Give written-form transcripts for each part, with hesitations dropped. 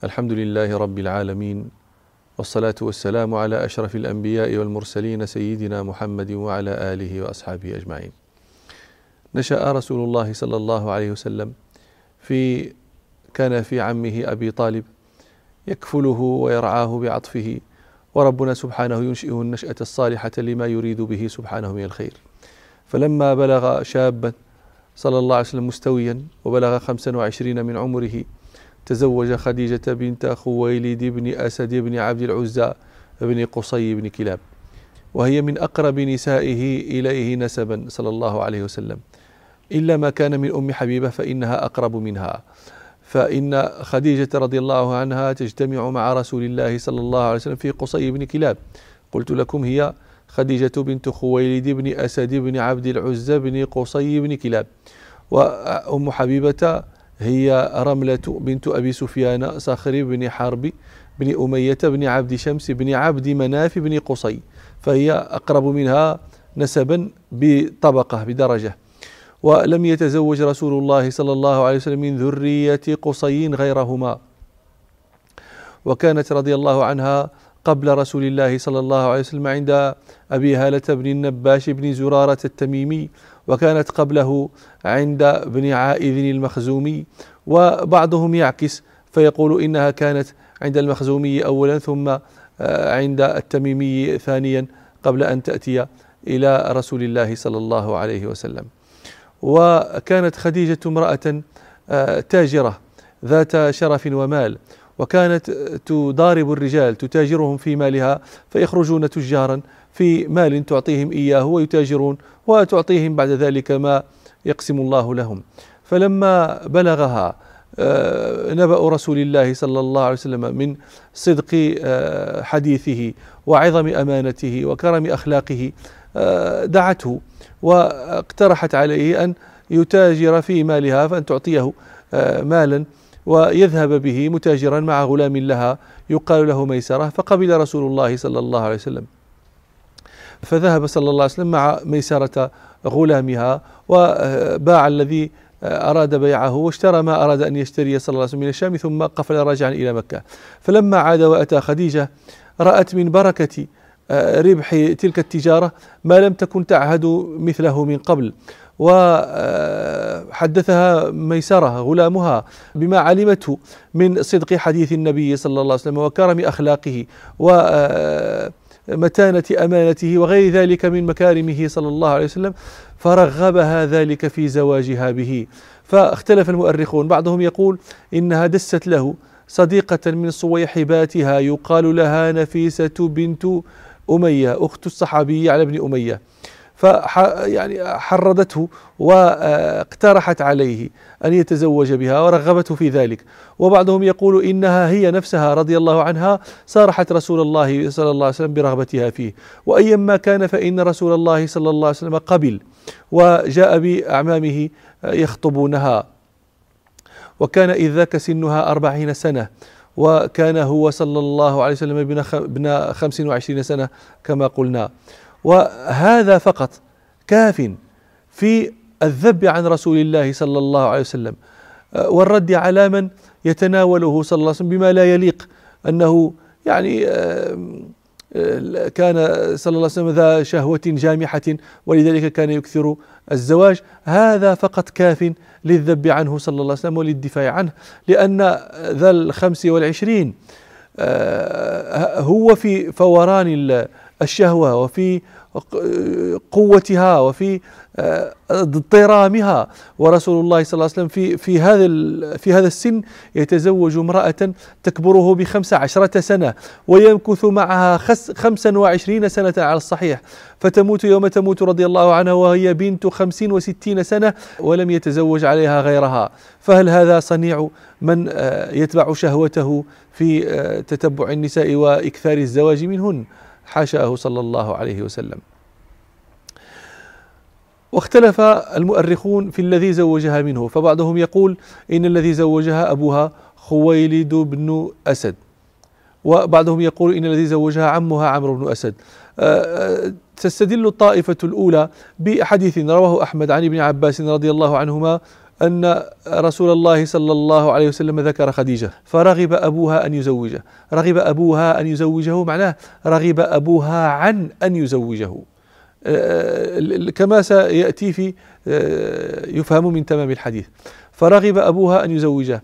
الحمد لله رب العالمين، والصلاة والسلام على أشرف الأنبياء والمرسلين سيدنا محمد وعلى آله وأصحابه أجمعين. نشأ رسول الله صلى الله عليه وسلم كان في عمه أبي طالب يكفله ويرعاه بعطفه، وربنا سبحانه ينشئه النشأة الصالحة لما يريد به سبحانه من الخير. فلما بلغ شابا صلى الله عليه وسلم مستويا وبلغ 25 من عمره، تزوج خديجة بنت خويلد بن أسد بن عبد العزى بن قصي بن كلاب، وهي من أقرب نسائه إليه نسبا صلى الله عليه وسلم، إلا ما كان من أم حبيبة فإنها أقرب منها، فإن خديجة رضي الله عنها تجتمع مع رسول الله صلى الله عليه وسلم في قصي بن كلاب. قلت لكم هي خديجة بنت خويلد بن أسد بن عبد العزى بن قصي بن كلاب، وأم حبيبة هي رملة بنت أبي سفيان صخر بن حرب بن أمية بن عبد شمس بن عبد مناف بن قصي، فهي أقرب منها نسبا بطبقة بدرجة. ولم يتزوج رسول الله صلى الله عليه وسلم من ذرية قصي غيرهما، وكانت رضي الله عنها قبل رسول الله صلى الله عليه وسلم عند أبي هالة بن النباش بن زرارة التميمي، وكانت قبله عند بن عائذ المخزومي، وبعضهم يعكس فيقول إنها كانت عند المخزومي أولا ثم عند التميمي ثانيا قبل أن تأتي إلى رسول الله صلى الله عليه وسلم. وكانت خديجة امرأة تاجرة ذات شرف ومال، وكانت تضارب الرجال تتاجرهم في مالها، فيخرجون تجارا في مال تعطيهم إياه ويتاجرون وتعطيهم بعد ذلك ما يقسم الله لهم. فلما بلغها نبأ رسول الله صلى الله عليه وسلم من صدق حديثه وعظم أمانته وكرم أخلاقه، دعته واقترحت عليه أن يتاجر في مالها، فأن تعطيه مالا ويذهب به متاجرا مع غلام لها يقال له ميسرة. فقبل رسول الله صلى الله عليه وسلم، فذهب صلى الله عليه وسلم مع ميسرة غلامها وباع الذي أراد بيعه واشترى ما أراد أن يشتري صلى الله عليه وسلم من الشام، ثم قفل راجعا إلى مكة. فلما عاد وأتى خديجة رأت من بركة ربح تلك التجارة ما لم تكن تعهد مثله من قبل، وحدثها ميسرة غلامها بما علمته من صدق حديث النبي صلى الله عليه وسلم وكرم أخلاقه ومتانة أمانته وغير ذلك من مكارمه صلى الله عليه وسلم، فرغبها ذلك في زواجها به. فاختلف المؤرخون، بعضهم يقول إنها دست له صديقة من صويحباتها يقال لها نفيسة بنت أمية أخت الصحابي على ابن أمية، حردته واقترحت عليه أن يتزوج بها ورغبته في ذلك. وبعضهم يقول إنها هي نفسها رضي الله عنها صارحت رسول الله صلى الله عليه وسلم برغبتها فيه. وأيما كان فإن رسول الله صلى الله عليه وسلم قبل وجاء بأعمامه يخطبونها، وكان إذ ذاك سنها 40 سنة، وكان هو صلى الله عليه وسلم ابن 25 سنة كما قلنا. وهذا فقط كاف في الذب عن رسول الله صلى الله عليه وسلم والرد على من يتناوله صلى الله عليه وسلم بما لا يليق، أنه كان صلى الله عليه وسلم ذا شهوة جامحة ولذلك كان يكثر الزواج. هذا فقط كاف للذب عنه صلى الله عليه وسلم وللدفاع عنه، لأن ذا 25 هو في فوران الشهوة وفي قوتها وفي اضطرامها، ورسول الله صلى الله عليه وسلم في هذا السن يتزوج امرأة تكبره ب15 سنة ويمكث معها 25 سنة على الصحيح، فتموت يوم تموت رضي الله عنها وهي بنت 65 سنة ولم يتزوج عليها غيرها. فهل هذا صنيع من يتبع شهوته في تتبع النساء وإكثار الزواج منهن؟ حاشاه صلى الله عليه وسلم. واختلف المؤرخون في الذي زوجها منه، فبعضهم يقول إن الذي زوجها أبوها خويلد بن أسد، وبعضهم يقول إن الذي زوجها عمها عمرو بن أسد. تستدل الطائفة الأولى بحديث رواه أحمد عن ابن عباس رضي الله عنهما أن رسول الله صلى الله عليه وسلم ذكر خديجة فرغب أبوها أن يزوجه. رغب أبوها أن يزوجه معناه رغب أبوها عن أن يزوجه، كما سيأتي في يفهم من تمام الحديث. فرغب أبوها أن يزوجه،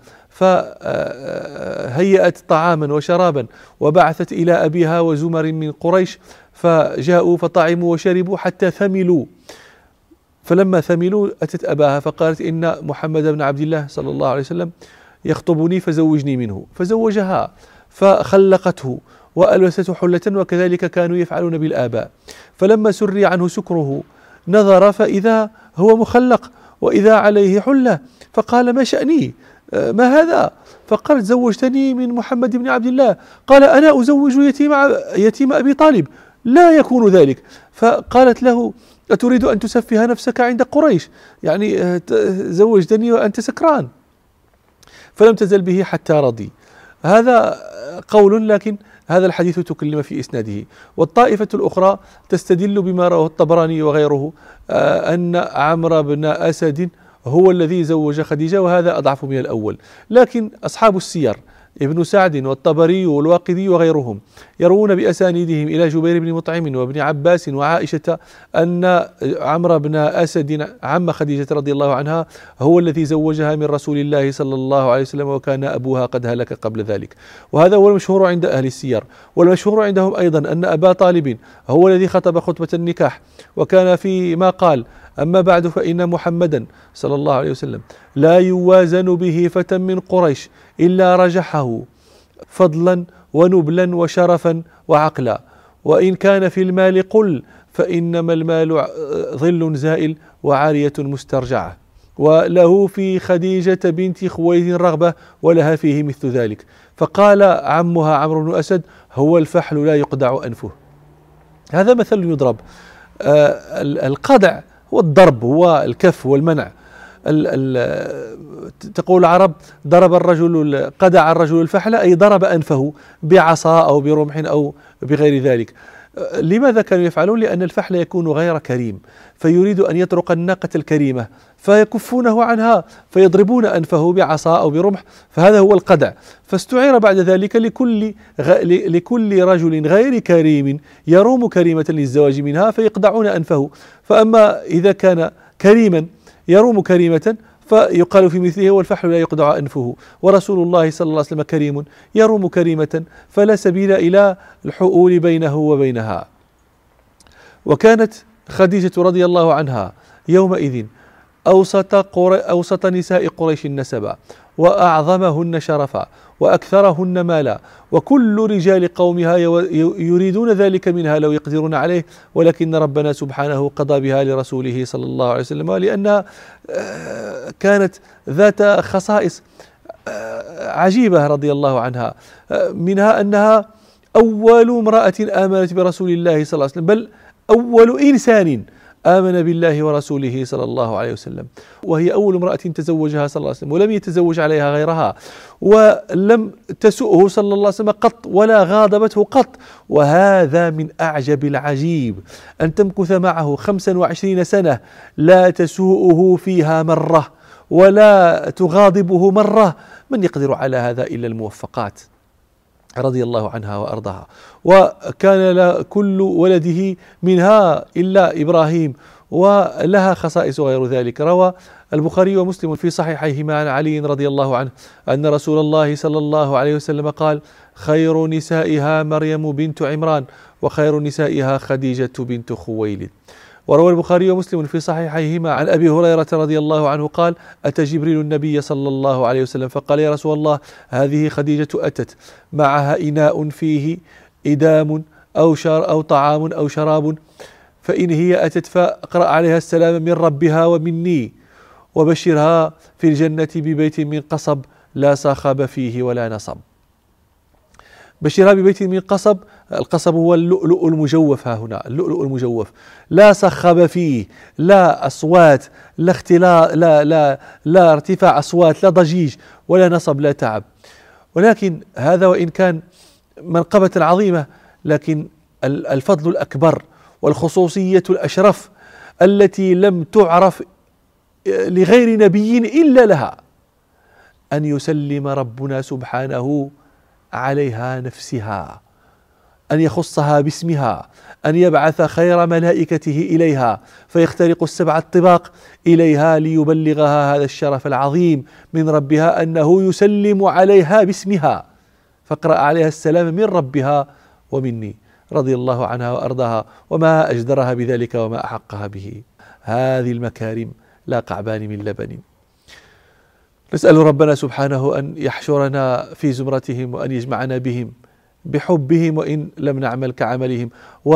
فهيأت طعاما وشرابا وبعثت إلى أبيها وزمر من قريش، فجاءوا فطعموا وشربوا حتى ثملوا. فلما ثملوا أتت أباها فقالت إن محمد بن عبد الله صلى الله عليه وسلم يخطبني فزوجني منه، فزوجها فخلقته وألبسته حلة، وكذلك كانوا يفعلون بالآباء. فلما سري عنه سكره نظر فإذا هو مخلق وإذا عليه حلة، فقال ما شأني؟ ما هذا؟ فقالت زوجتني من محمد بن عبد الله. قال أنا أزوج يتيم أبي طالب، لا يكون ذلك. فقالت له أتريد أن تسفه نفسك عند قريش؟ يعني زوجتني وأنت سكران. فلم تزل به حتى رضي. هذا قول، لكن هذا الحديث تكلم في إسناده. والطائفة الأخرى تستدل بما رواه الطبراني وغيره أن عمرو بن أسد هو الذي زوج خديجة، وهذا أضعف من الأول. لكن أصحاب السير ابن سعد والطبري والواقدي وغيرهم يروون بأسانيدهم إلى جبير بن مطعم وابن عباس وعائشة أن عمرو بن أسد عم خديجة رضي الله عنها هو الذي زوجها من رسول الله صلى الله عليه وسلم، وكان أبوها قد هلك قبل ذلك. وهذا هو المشهور عند أهل السير. والمشهور عندهم أيضا أن أبا طالب هو الذي خطب خطبة النكاح، وكان فيما قال أما بعد فإن محمدا صلى الله عليه وسلم لا يوازن به فتى من قريش إلا رجحه فضلا ونبلا وشرفا وعقلا، وإن كان في المال قل فإنما المال ظل زائل وعارية مسترجعة، وله في خديجة بنت خويلد رغبة ولها فيه مثل ذلك. فقال عمها عمرو بن أسد هو الفحل لا يقدع أنفه. هذا مثل يضرب. القدع هو الضرب، هو الكف والمنع. تقول العرب ضرب الرجل، قدع الرجل الفحل، أي ضرب أنفه بعصا أو برمح أو بغير ذلك. لماذا كانوا يفعلون؟ لأن الفحل يكون غير كريم، فيريد أن يطرق الناقة الكريمة فيكفونه عنها فيضربون أنفه بعصا أو برمح، فهذا هو القدع. فاستعير بعد ذلك لكل رجل غير كريم يروم كريمة للزواج منها فيقدعون أنفه. فأما إذا كان كريما يروم كريمة فيقال في مثله والفحل لا يقدع أنفه. ورسول الله صلى الله عليه وسلم كريم يروم كريمة فلا سبيل إلى الحؤول بينه وبينها. وكانت خديجة رضي الله عنها يومئذ أوسط نساء قريش نسبا، وأعظمهن شرفا، وأكثرهن مالا، وكل رجال قومها يريدون ذلك منها لو يقدرون عليه، ولكن ربنا سبحانه قضى بها لرسوله صلى الله عليه وسلم، لأنها كانت ذات خصائص عجيبة رضي الله عنها. منها أنها أول امرأة آمنت برسول الله صلى الله عليه وسلم، بل أول إنسان آمن بالله ورسوله صلى الله عليه وسلم، وهي أول امرأة تزوجها صلى الله عليه وسلم، ولم يتزوج عليها غيرها، ولم تسؤه صلى الله عليه وسلم قط ولا غاضبته قط. وهذا من أعجب العجيب، أن تمكث معه 25 سنة لا تسوءه فيها مرة ولا تغاضبه مرة. من يقدر على هذا إلا الموفقات رضي الله عنها وأرضاها. وكان كل ولده منها إلا إبراهيم، ولها خصائص غير ذلك. روى البخاري ومسلم في صحيحيهما عن علي رضي الله عنه أن رسول الله صلى الله عليه وسلم قال خير نسائها مريم بنت عمران، وخير نسائها خديجة بنت خويلد. وروى البخاري ومسلم في صحيحيهما عن أبي هريرة رضي الله عنه قال أتى جبريل النبي صلى الله عليه وسلم فقال يا رسول الله هذه خديجة أتت معها إناء فيه إدام أو طعام أو شراب، فإن هي أتت فاقرأ عليها السلام من ربها ومني، وبشرها في الجنة ببيت من قصب لا صخب فيه ولا نصب. بشرها ببيت من قصب، القصب هو اللؤلؤ المجوف، ها هنا اللؤلؤ المجوف، لا صخب فيه، لا أصوات، لا اختلاط، لا ارتفاع أصوات، لا ضجيج، ولا نصب، لا تعب. ولكن هذا وإن كان منقبة عظيمة، لكن الفضل الأكبر والخصوصية الأشرف التي لم تعرف لغير نبي إلا لها، أن يسلم ربنا سبحانه عليها نفسها، أن يخصها باسمها، أن يبعث خير ملائكته إليها فيخترق السبع الطباق إليها ليبلغها هذا الشرف العظيم من ربها، أنه يسلم عليها باسمها، فاقرأ عليها السلام من ربها ومني، رضي الله عنها وأرضاها، وما أجدرها بذلك وما أحقها به. هذه المكارم لا قعبان من لبن. نسأل ربنا سبحانه أن يحشرنا في زمرتهم وأن يجمعنا بهم بحبهم وإن لم نعمل كعملهم.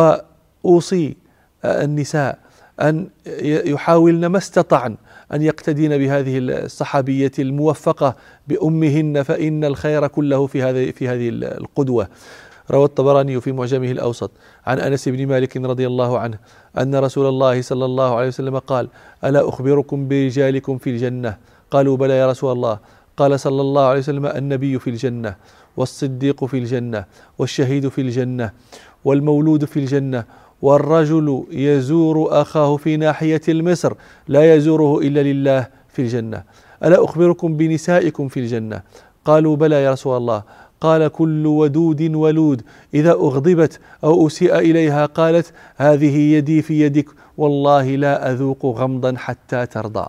وأوصي النساء أن يحاولن ما استطعن أن يقتدين بهذه الصحابية الموفقة بأمهن، فإن الخير كله في هذه القدوة. روى الطبراني في معجمه الأوسط عن أنس بن مالك رضي الله عنه أن رسول الله صلى الله عليه وسلم قال: ألا أخبركم برجالكم في الجنة؟ قالوا: بلى يا رسول الله. قال صلى الله عليه وسلم: النبي في الجنة، والصديق في الجنة، والشهيد في الجنة، والمولود في الجنة، والرجل يزور أخاه في ناحية المصر لا يزوره إلا لله في الجنة. ألا أخبركم بنسائكم في الجنة؟ قالوا: بلى يا رسول الله. قال: كل ودود ولود إذا أغضبت أو أسيء إليها قالت: هذه يدي في يدك، والله لا أذوق غمضا حتى ترضى.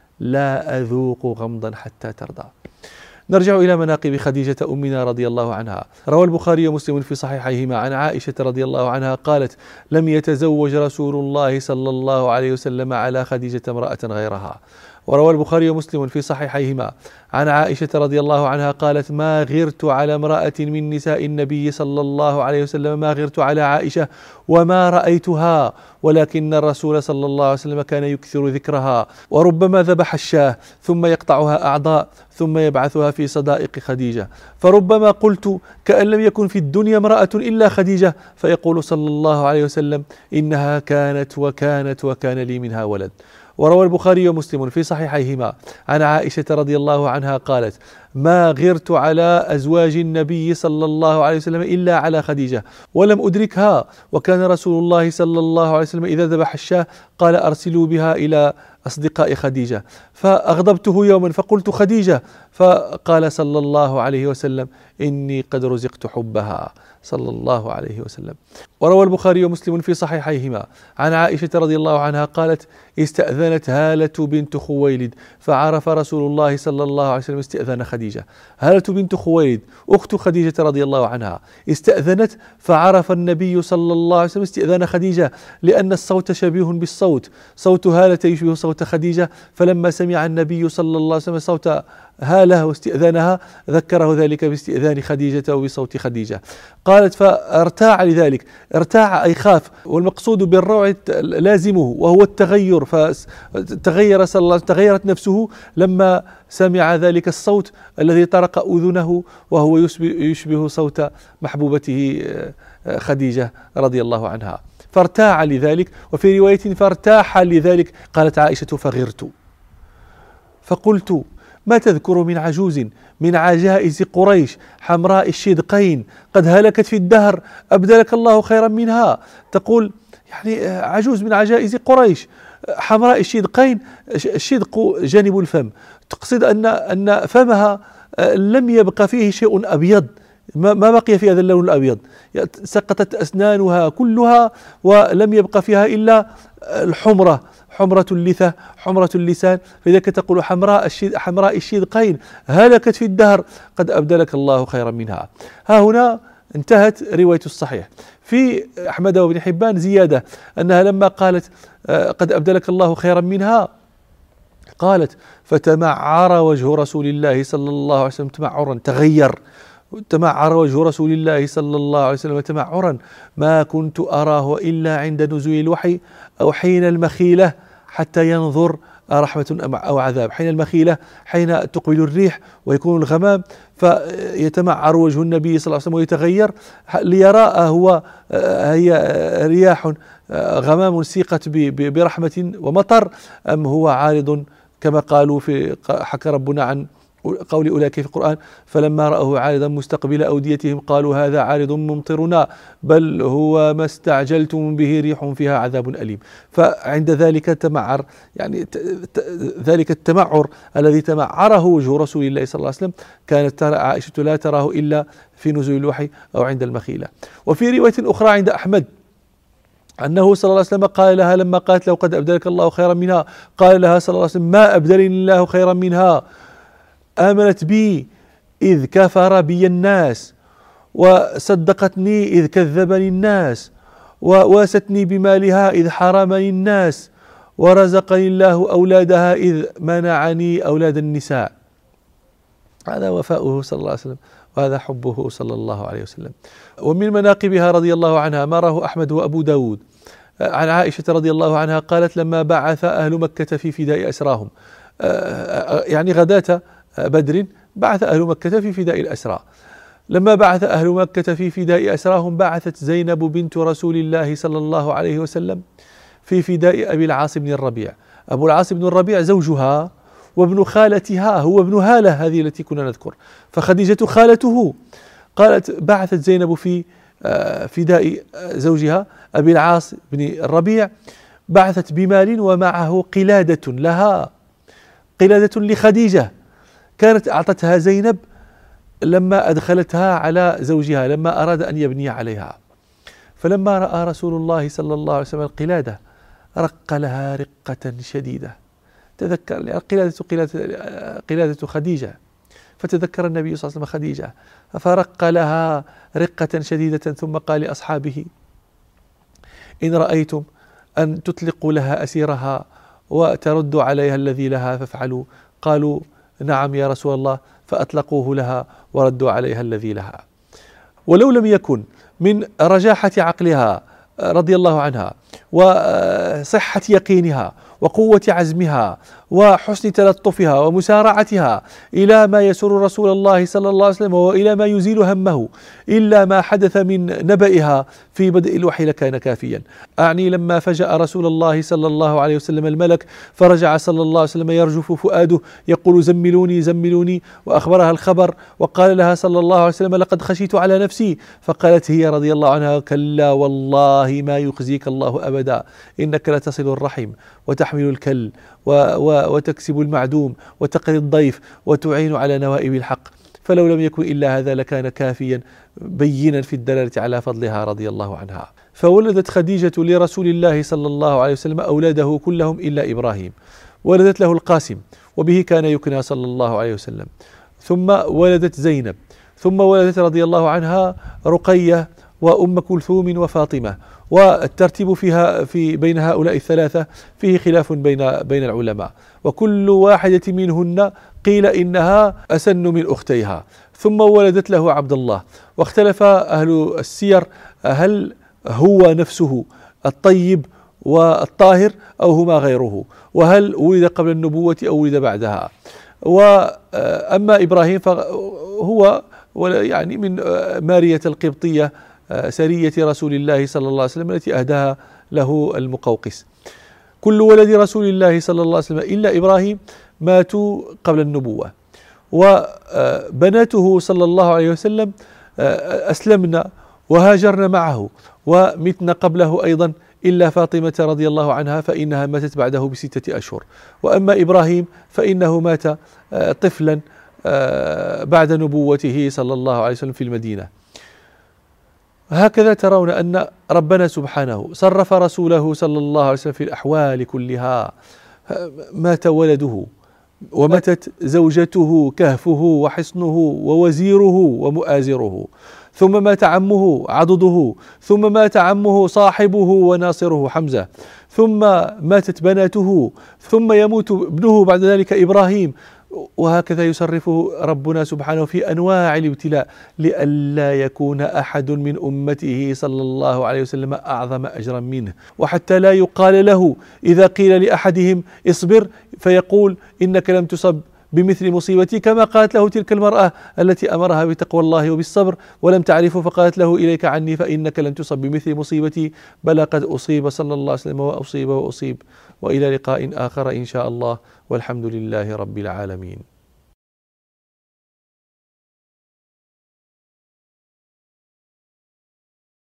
لا أذوق غمضا حتى ترضى. نرجع إلى مناقب خديجة أمنا رضي الله عنها. روى البخاري ومسلم في صحيحيهما عن عائشة رضي الله عنها قالت: لم يتزوج رسول الله صلى الله عليه وسلم على خديجة امرأة غيرها. وروى البخاري ومسلم في صحيحيهما عن عائشة رضي الله عنها قالت: ما غرت على امرأة من نساء النبي صلى الله عليه وسلم ما غرت على عائشة وما رأيتها، ولكن الرسول صلى الله عليه وسلم كان يكثر ذكرها، وربما ذبح الشاة ثم يقطعها أعضاء ثم يبعثها في صدائق خديجة، فربما قلت كأن لم يكن في الدنيا امرأة إلا خديجة، فيقول صلى الله عليه وسلم: إنها كانت وكانت وكان لي منها ولد. وروى البخاري ومسلم في صحيحيهما عن عائشة رضي الله عنها قالت: ما غرت على أزواج النبي صلى الله عليه وسلم إلا على خديجة ولم أدركها، وكان رسول الله صلى الله عليه وسلم إذا ذبح الشاة قال: أرسلوا بها إلى أصدقاء خديجة، فأغضبته يوما فقلت: خديجة، فقال صلى الله عليه وسلم: إني قد رزقت حبها، صلى الله عليه وسلم. وروى البخاري ومسلم في صحيحيهما عن عائشة رضي الله عنها قالت: استأذنت هالة بنت خويلد فعرف رسول الله صلى الله عليه وسلم استئذان خديجة. هالة بنت خويلد أخت خديجة رضي الله عنها استأذنت فعرف النبي صلى الله عليه وسلم استئذان خديجة، لأن الصوت شبيه بالصوت، صوت هالة يشبه صوت خديجة، فلما سمع النبي صلى الله عليه وسلم صوت هالة واستئذانها ذكره ذلك باستئذان خديجة وبصوت خديجة. قالت: فارتاع لذلك، ارتاع أي خاف، والمقصود بالروع لازمه وهو التغير، فتغير صلى الله عليه وسلم، تغيرت نفسه لما سمع ذلك الصوت الذي طرق أذنه وهو يشبه صوت محبوبته خديجة رضي الله عنها، فارتاع لذلك. وفي رواية فارتاح لذلك. قالت عائشة: فغرت فقلت: ما تذكر من عجوز من عجائز قريش حمراء الشدقين قد هلكت في الدهر أبدلك الله خيرا منها. تقول يعني عجوز من عجائز قريش حمراء الشدقين، الشدق جانب الفم، تقصد أن فمها لم يبقى فيه شيء أبيض، ما بقي في هذا اللون الأبيض، سقطت أسنانها كلها ولم يبقى فيها إلا الحمرة، حمرة اللثة، حمرة اللسان، فلذلك تقول حمراء الشدقين هلكت في الدهر قد أبدلك الله خيرا منها. ها هنا انتهت رواية الصحيح. في أحمد وابن حبان زيادة أنها لما قالت قد أبدلك الله خيرا منها قالت: فتمعر وجه رسول الله صلى الله عليه وسلم تمعرا، تمعر وجه رسول الله صلى الله عليه وسلم تمعرا ما كنت أراه إلا عند نزول الوحي أو حين المخيلة حتى ينظر رحمة أو عذاب. حين المخيلة حين تقبل الريح ويكون الغمام فيتمعر وجه النبي صلى الله عليه وسلم ويتغير ليرى هي رياح غمام سيقت برحمة ومطر أم هو عارض كما قالوا حكى ربنا عن قول أولئك في القرآن فلما رأوه عارضا مستقبل أوديتهم قالوا هذا عارض ممطرنا بل هو ما استعجلتم به ريح فيها عذاب أليم. فعند ذلك تمعر، يعني ذلك التمعر الذي تمعره وجه رسول الله صلى الله عليه وسلم كانت ترى عائشة لا تراه إلا في نزول الوحي أو عند المخيلة. وفي رواية أخرى عند أحمد أنه صلى الله عليه وسلم قال لها لما قالت لو قد أبدلك الله خيرا منها، قال لها صلى الله عليه وسلم ما أبدلني الله خيرا منها، آمنت بي إذ كفر بي الناس، وصدقتني إذ كذبني الناس، وواستني بمالها إذ حرمني الناس، ورزقني الله أولادها إذ منعني أولاد النساء. هذا وفاؤه صلى الله عليه وسلم، وهذا حبه صلى الله عليه وسلم. ومن مناقبها رضي الله عنها ما راه أحمد وأبو داود عن عائشة رضي الله عنها قالت لما بعث أهل مكة في فداء أسراهم، يعني غداة بدر بعث أهل مكة في فداء الأسرى، لما بعث أهل مكة في فداء أسراهم بعثت زينب بنت رسول الله صلى الله عليه وسلم في فداء أبي العاص بن الربيع. أبو العاص بن الربيع زوجها وابن خالتها، هو ابن هالة هذه التي كنا نذكر، فخديجة خالته. قالت بعثت زينب في فداء زوجها أبي العاص بن الربيع، بعثت بمال ومعه قلادة لها، قلادة لخديجة كانت أعطتها زينب لما أدخلتها على زوجها لما أراد أن يبني عليها. فلما رأى رسول الله صلى الله عليه وسلم القلادة رق لها رقة شديدة. تذكر قلادة خديجة، فتذكر النبي صلى الله عليه وسلم خديجة فرق لها رقة شديدة، ثم قال لأصحابه إن رأيتم أن تطلقوا لها أسيرها وتردوا عليها الذي لها فافعلوا. قالوا نعم يا رسول الله، فأطلقوه لها وردوا عليها الذي لها. ولو لم يكن من رجاحة عقلها رضي الله عنها وصحة يقينها وقوة عزمها وحسن تلطفها ومسارعتها إلى ما يسر رسول الله صلى الله عليه وسلم وإلى ما يزيل همه إلا ما حدث من نبئها في بدء الوحي لكان كافيا. أعني لما فجأ رسول الله صلى الله عليه وسلم الملك فرجع صلى الله عليه وسلم يرجف فؤاده يقول زملوني زملوني، وأخبرها الخبر وقال لها صلى الله عليه وسلم لقد خشيت على نفسي، فقالت هي رضي الله عنها كلا والله ما يخزيك الله أبدا، إنك لتصل الرحم وتحمل الكل وتكسب المعدوم وتقري الضيف وتعين على نوائب الحق، فلو لم يكن إلا هذا لكان كافيا بينا في الدلالة على فضلها رضي الله عنها. فولدت خديجة لرسول الله صلى الله عليه وسلم أولاده كلهم إلا إبراهيم، ولدت له القاسم وبه كان يكنى صلى الله عليه وسلم، ثم ولدت زينب، ثم ولدت رضي الله عنها رقية وأم كلثوم وفاطمة. والترتيب في بين هؤلاء الثلاثة فيه خلاف بين العلماء، وكل واحدة منهن قيل إنها أسن من أختيها. ثم ولدت له عبد الله، واختلف أهل السير هل هو نفسه الطيب والطاهر أو هما غيره، وهل ولد قبل النبوة أو ولد بعدها. وأما إبراهيم فهو يعني من مارية القبطية سرية رسول الله صلى الله عليه وسلم التي أهداها له المقوقس. كل ولد رسول الله صلى الله عليه وسلم إلا إبراهيم ماتوا قبل النبوة، وبناته صلى الله عليه وسلم أسلمن وهاجرن معه ومتن قبله أيضا إلا فاطمة رضي الله عنها فإنها ماتت بعده ب6 أشهر. وأما إبراهيم فإنه مات طفلا بعد نبوته صلى الله عليه وسلم في المدينة. هكذا ترون أن ربنا سبحانه صرف رسوله صلى الله عليه وسلم في الأحوال كلها. مات ولده وماتت زوجته كهفه وحصنه ووزيره ومؤازره، ثم مات عمه عضده، ثم مات عمه صاحبه وناصره حمزة، ثم ماتت بناته، ثم يموت ابنه بعد ذلك إبراهيم. وهكذا يصرفه ربنا سبحانه في أنواع الابتلاء لئلا يكون أحد من أمته صلى الله عليه وسلم أعظم أجرا منه، وحتى لا يقال له إذا قيل لأحدهم اصبر فيقول إنك لم تصب بمثل مصيبتي، كما قالت له تلك المرأة التي أمرها بتقوى الله وبالصبر ولم تعرفه فقالت له إليك عني فإنك لن تصب بمثل مصيبتي، بل قد أصيب صلى الله عليه وسلم وأصيب وأصيب. وإلى لقاء آخر إن شاء الله، والحمد لله رب العالمين.